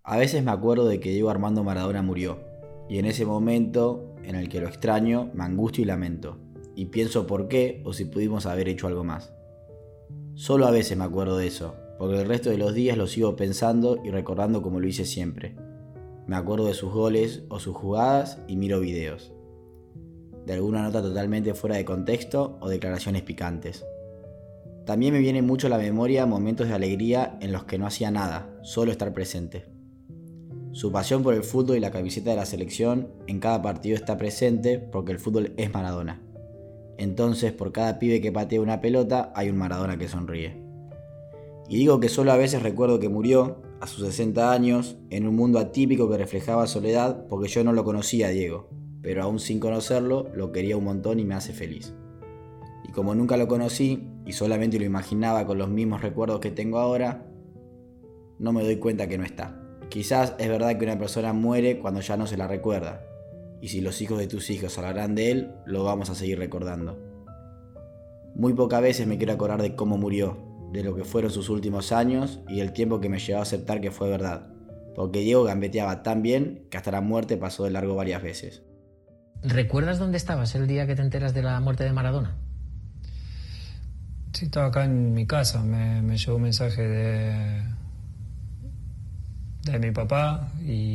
A veces me acuerdo de que Diego Armando Maradona murió, y en ese momento en el que lo extraño, me angustio y lamento, y pienso por qué o si pudimos haber hecho algo más. Solo a veces me acuerdo de eso, porque el resto de los días lo sigo pensando y recordando como lo hice siempre. Me acuerdo de sus goles o sus jugadas y miro videos. De alguna nota totalmente fuera de contexto o declaraciones picantes. También me vienen mucho a la memoria momentos de alegría en los que no hacía nada, solo estar presente. Su pasión por el fútbol y la camiseta de la selección en cada partido está presente porque el fútbol es Maradona. Entonces, por cada pibe que patea una pelota, hay un Maradona que sonríe. Y digo que solo a veces recuerdo que murió, a sus 60 años, en un mundo atípico que reflejaba soledad porque yo no lo conocía a Diego, pero aún sin conocerlo, lo quería un montón y me hace feliz. Y como nunca lo conocí y solamente lo imaginaba con los mismos recuerdos que tengo ahora, no me doy cuenta que no está. Quizás es verdad que una persona muere cuando ya no se la recuerda, y si los hijos de tus hijos hablarán de él, lo vamos a seguir recordando. Muy pocas veces me quiero acordar de cómo murió, de lo que fueron sus últimos años y el tiempo que me llevó a aceptar que fue verdad, porque Diego gambeteaba tan bien que hasta la muerte pasó de largo varias veces. ¿Recuerdas dónde estabas el día que te enteras de la muerte de Maradona? Sí, estaba acá en mi casa. Me llegó un mensaje de mi papá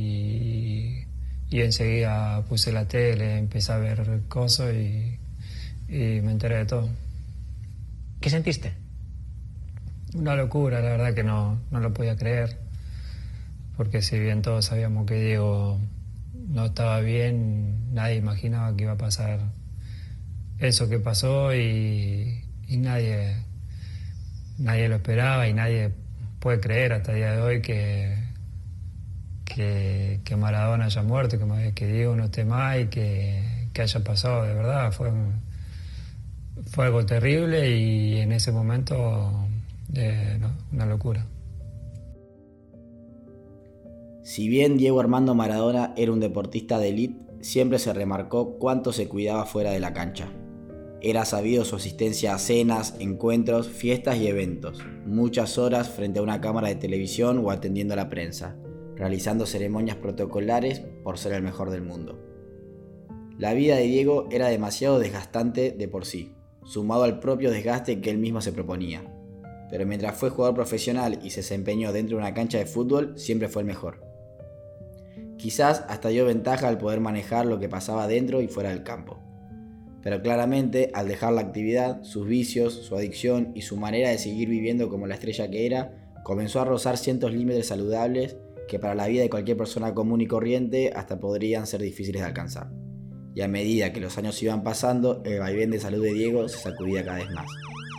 y enseguida puse la tele, empecé a ver cosas y me enteré de todo. ¿Qué sentiste? Una locura, la verdad que no lo podía creer, porque si bien todos sabíamos que Diego no estaba bien, nadie imaginaba que iba a pasar eso que pasó y nadie lo esperaba y nadie puede creer hasta el día de hoy que Maradona haya muerto, que Diego no esté más y que haya pasado. De verdad, fue algo terrible y en ese momento una locura. Si bien Diego Armando Maradona era un deportista de élite, siempre se remarcó cuánto se cuidaba fuera de la cancha. Era sabido su asistencia a cenas, encuentros, fiestas y eventos, muchas horas frente a una cámara de televisión o atendiendo a la prensa, realizando ceremonias protocolares por ser el mejor del mundo. La vida de Diego era demasiado desgastante de por sí, sumado al propio desgaste que él mismo se proponía. Pero mientras fue jugador profesional y se desempeñó dentro de una cancha de fútbol, siempre fue el mejor. Quizás hasta dio ventaja al poder manejar lo que pasaba dentro y fuera del campo. Pero claramente, al dejar la actividad, sus vicios, su adicción y su manera de seguir viviendo como la estrella que era, comenzó a rozar ciertos límites saludables que para la vida de cualquier persona común y corriente hasta podrían ser difíciles de alcanzar. Y a medida que los años iban pasando, el vaivén de salud de Diego se sacudía cada vez más.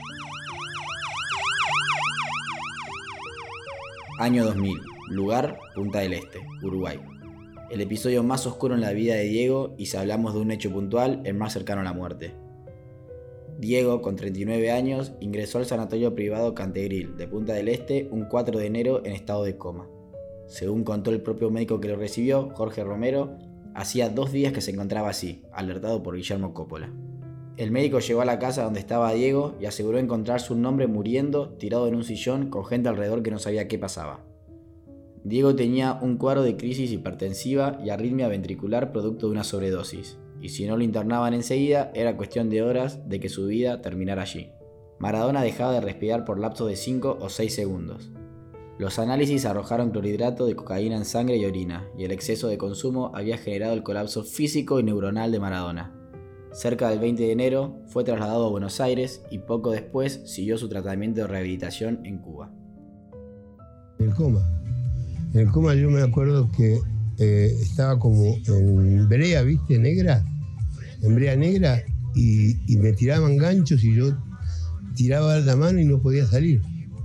Año 2000, lugar Punta del Este, Uruguay. El episodio más oscuro en la vida de Diego y si hablamos de un hecho puntual, el más cercano a la muerte. Diego, con 39 años, ingresó al sanatorio privado Cantegril de Punta del Este un 4 de enero en estado de coma. Según contó el propio médico que lo recibió, Jorge Romero, hacía 2 días que se encontraba así, alertado por Guillermo Coppola. El médico llegó a la casa donde estaba Diego y aseguró encontrarse un hombre muriendo, tirado en un sillón, con gente alrededor que no sabía qué pasaba. Diego tenía un cuadro de crisis hipertensiva y arritmia ventricular producto de una sobredosis, y si no lo internaban enseguida, era cuestión de horas de que su vida terminara allí. Maradona dejaba de respirar por lapsos de 5 o 6 segundos. Los análisis arrojaron clorhidrato de cocaína en sangre y orina, y el exceso de consumo había generado el colapso físico y neuronal de Maradona. Cerca del 20 de enero fue trasladado a Buenos Aires y poco después siguió su tratamiento de rehabilitación en Cuba. En el coma yo me acuerdo que estaba como en brea, ¿viste? Negra, en brea negra, y me tiraban ganchos y yo tiraba la mano y no podía salir.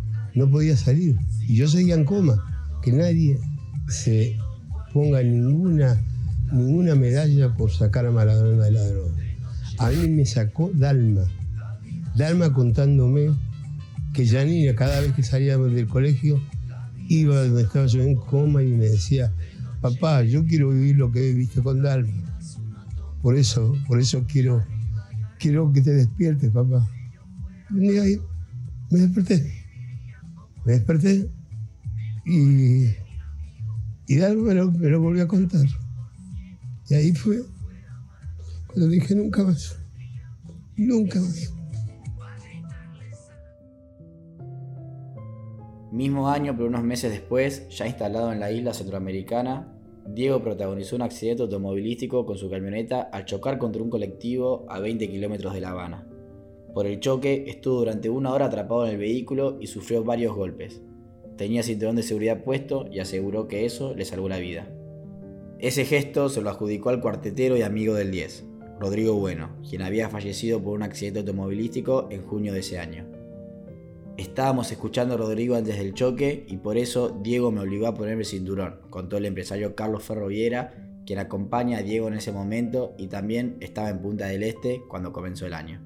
Y yo seguía en coma. Que nadie se ponga ninguna medalla por sacar a Maradona de la droga. A mí me sacó Dalma contándome que Janina, cada vez que salía del colegio, iba donde estaba yo en coma y me decía: papá, yo quiero vivir lo que viviste con Dalma. Por eso quiero que te despiertes, papá. Un día me desperté y Y Dalma me lo volvió a contar. Y ahí fue cuando dije nunca más. Nunca más. Mismo año, pero unos meses después, ya instalado en la isla centroamericana, Diego protagonizó un accidente automovilístico con su camioneta al chocar contra un colectivo a 20 kilómetros de La Habana. Por el choque, estuvo durante 1 hora atrapado en el vehículo y sufrió varios golpes. Tenía cinturón de seguridad puesto y aseguró que eso le salvó la vida. Ese gesto se lo adjudicó al cuartetero y amigo del 10, Rodrigo Bueno, quien había fallecido por un accidente automovilístico en junio de ese año. Estábamos escuchando a Rodrigo antes del choque y por eso Diego me obligó a ponerme el cinturón, contó el empresario Carlos Ferro Viera, quien acompaña a Diego en ese momento y también estaba en Punta del Este cuando comenzó el año.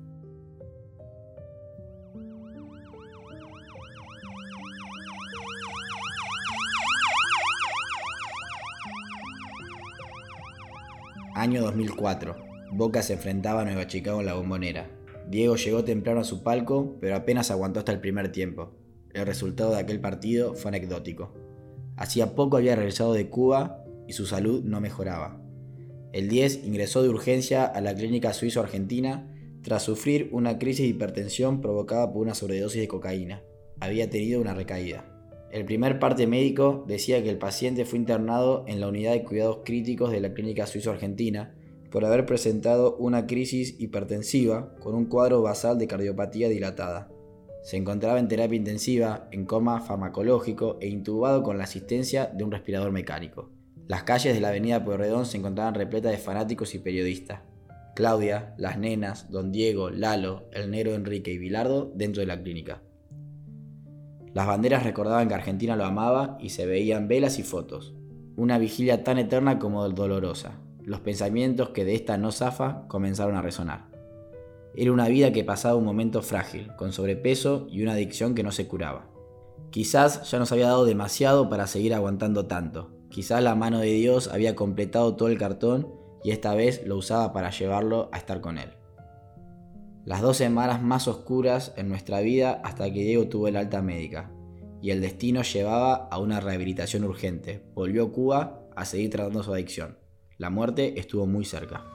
Año 2004. Boca se enfrentaba a Nueva Chicago en la Bombonera. Diego llegó temprano a su palco, pero apenas aguantó hasta el primer tiempo. El resultado de aquel partido fue anecdótico. Hacía poco había regresado de Cuba y su salud no mejoraba. El 10 ingresó de urgencia a la clínica suizo-argentina tras sufrir una crisis de hipertensión provocada por una sobredosis de cocaína. Había tenido una recaída. El primer parte médico decía que el paciente fue internado en la unidad de cuidados críticos de la clínica suizo-argentina por haber presentado una crisis hipertensiva con un cuadro basal de cardiopatía dilatada. Se encontraba en terapia intensiva, en coma farmacológico e intubado con la asistencia de un respirador mecánico. Las calles de la avenida Pueyrredón se encontraban repletas de fanáticos y periodistas. Claudia, las nenas, Don Diego, Lalo, el negro Enrique y Bilardo dentro de la clínica. Las banderas recordaban que Argentina lo amaba y se veían velas y fotos. Una vigilia tan eterna como dolorosa. Los pensamientos que de esta no zafa comenzaron a resonar. Era una vida que pasaba un momento frágil, con sobrepeso y una adicción que no se curaba. Quizás ya nos había dado demasiado para seguir aguantando tanto. Quizás la mano de Dios había completado todo el cartón y esta vez lo usaba para llevarlo a estar con él. Las 2 semanas más oscuras en nuestra vida hasta que Diego tuvo el alta médica y el destino llevaba a una rehabilitación urgente. Volvió a Cuba a seguir tratando su adicción. La muerte estuvo muy cerca.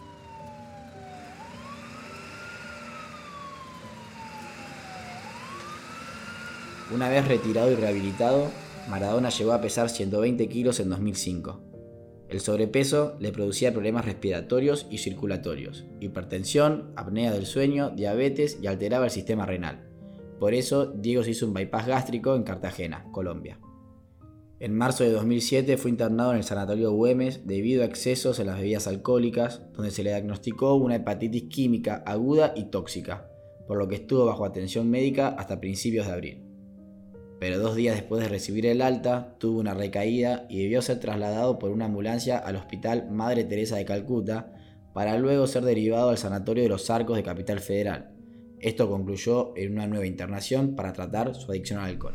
Una vez retirado y rehabilitado, Maradona llegó a pesar 120 kilos en 2005. El sobrepeso le producía problemas respiratorios y circulatorios, hipertensión, apnea del sueño, diabetes y alteraba el sistema renal. Por eso, Diego se hizo un bypass gástrico en Cartagena, Colombia. En marzo de 2007 fue internado en el Sanatorio Güemes debido a excesos en las bebidas alcohólicas, donde se le diagnosticó una hepatitis química aguda y tóxica, por lo que estuvo bajo atención médica hasta principios de abril. Pero 2 días después de recibir el alta, tuvo una recaída y debió ser trasladado por una ambulancia al Hospital Madre Teresa de Calcuta para luego ser derivado al Sanatorio de los Arcos de Capital Federal. Esto concluyó en una nueva internación para tratar su adicción al alcohol.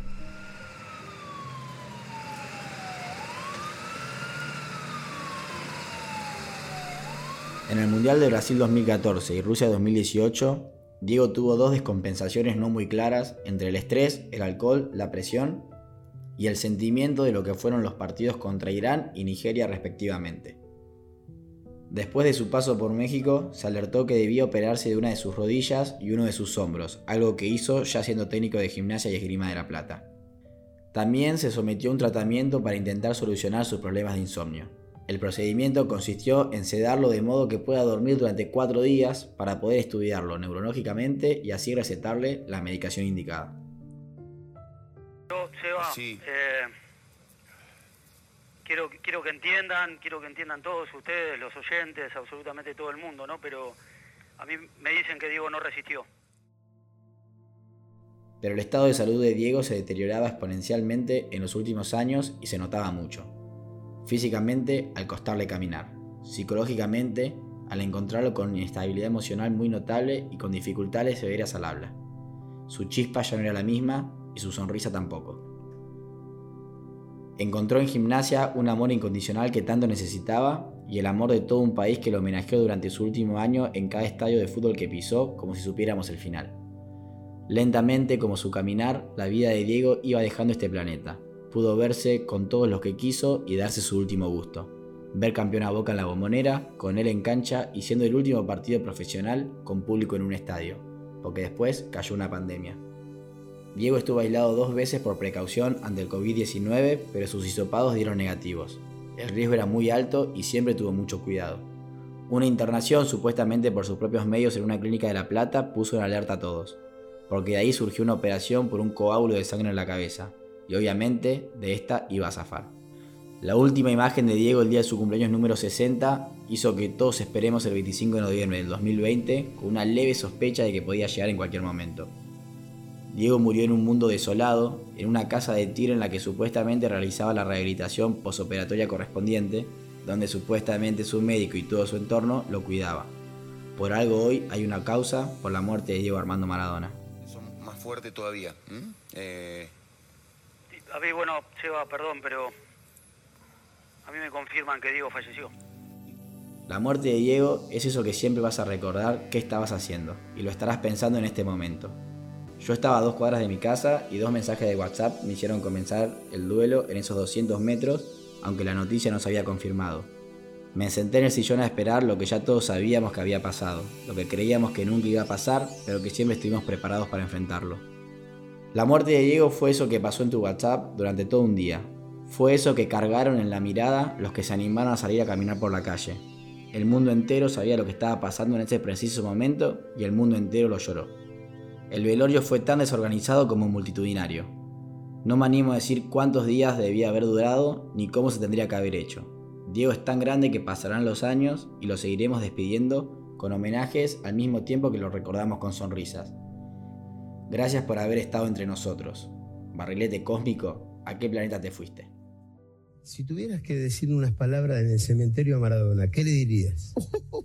En el Mundial de Brasil 2014 y Rusia 2018, Diego tuvo 2 descompensaciones no muy claras entre el estrés, el alcohol, la presión y el sentimiento de lo que fueron los partidos contra Irán y Nigeria respectivamente. Después de su paso por México, se alertó que debía operarse de una de sus rodillas y uno de sus hombros, algo que hizo ya siendo técnico de Gimnasia y Esgrima de La Plata. También se sometió a un tratamiento para intentar solucionar sus problemas de insomnio. El procedimiento consistió en sedarlo de modo que pueda dormir durante 4 días para poder estudiarlo neurológicamente y así recetarle la medicación indicada. Seba, sí. Quiero que entiendan todos ustedes, los oyentes, absolutamente todo el mundo, ¿no? Pero a mí me dicen que Diego no resistió. Pero el estado de salud de Diego se deterioraba exponencialmente en los últimos años y se notaba mucho. Físicamente, al costarle caminar. Psicológicamente, al encontrarlo con inestabilidad emocional muy notable y con dificultades severas al habla. Su chispa ya no era la misma y su sonrisa tampoco. Encontró en Gimnasia un amor incondicional que tanto necesitaba y el amor de todo un país que lo homenajeó durante su último año en cada estadio de fútbol que pisó, como si supiéramos el final. Lentamente, como su caminar, la vida de Diego iba dejando este planeta, pudo verse con todos los que quiso y darse su último gusto. Ver campeón a Boca en la Bombonera, con él en cancha y siendo el último partido profesional con público en un estadio, porque después cayó una pandemia. Diego estuvo aislado 2 veces por precaución ante el COVID-19, pero sus hisopados dieron negativos. El riesgo era muy alto y siempre tuvo mucho cuidado. Una internación, supuestamente por sus propios medios en una clínica de La Plata, puso en alerta a todos, porque de ahí surgió una operación por un coágulo de sangre en la cabeza, y obviamente de esta iba a zafar. La última imagen de Diego el día de su cumpleaños número 60 hizo que todos esperemos el 25 de noviembre del 2020 con una leve sospecha de que podía llegar en cualquier momento. Diego murió en un mundo desolado, en una casa de tiro en la que supuestamente realizaba la rehabilitación posoperatoria correspondiente, donde supuestamente su médico y todo su entorno lo cuidaba. Por algo hoy hay una causa por la muerte de Diego Armando Maradona. Eso más fuerte todavía. A mí, bueno, Seba, perdón, pero a mí me confirman que Diego falleció. La muerte de Diego es eso que siempre vas a recordar qué estabas haciendo, y lo estarás pensando en este momento. Yo estaba a 2 cuadras de mi casa y 2 mensajes de WhatsApp me hicieron comenzar el duelo en esos 200 metros, aunque la noticia no se había confirmado. Me senté en el sillón a esperar lo que ya todos sabíamos que había pasado, lo que creíamos que nunca iba a pasar, pero que siempre estuvimos preparados para enfrentarlo. La muerte de Diego fue eso que pasó en tu WhatsApp durante todo un día. Fue eso que cargaron en la mirada los que se animaron a salir a caminar por la calle. El mundo entero sabía lo que estaba pasando en ese preciso momento y el mundo entero lo lloró. El velorio fue tan desorganizado como multitudinario. No me animo a decir cuántos días debía haber durado ni cómo se tendría que haber hecho. Diego es tan grande que pasarán los años y lo seguiremos despidiendo con homenajes al mismo tiempo que lo recordamos con sonrisas. Gracias por haber estado entre nosotros. Barrilete cósmico, ¿a qué planeta te fuiste? Si tuvieras que decir unas palabras en el cementerio a Maradona, ¿qué le dirías?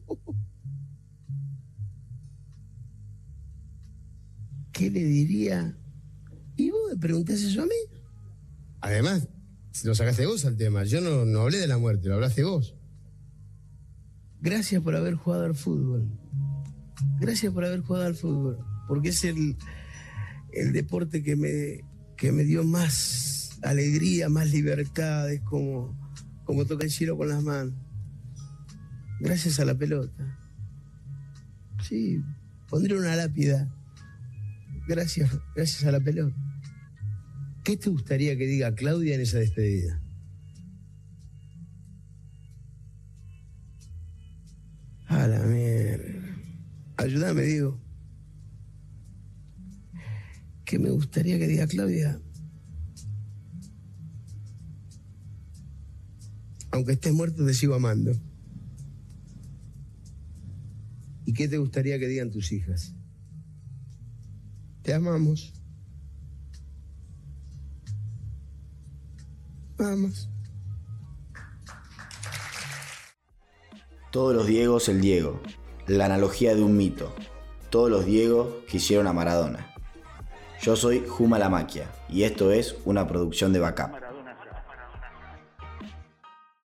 ¿Qué le diría? ¿Y vos me preguntás eso a mí? Además, lo sacaste vos al tema. Yo no hablé de la muerte, lo hablaste vos. Gracias por haber jugado al fútbol. Gracias por haber jugado al fútbol. Porque es el deporte que me dio más alegría, más libertad. Es como tocar el cielo con las manos. Gracias a la pelota. Sí, pondré una lápida. Gracias a la pelota. ¿Qué te gustaría que diga Claudia en esa despedida? A la mierda. Ayúdame, Diego. ¿Qué me gustaría que diga Claudia? Aunque estés muerto, te sigo amando. ¿Y qué te gustaría que digan tus hijas? Te amamos. Vamos. Todos los Diegos el Diego, la analogía de un mito. Todos los Diegos quisieron a Maradona. Yo soy Juma la Maquia y esto es una producción de Backup.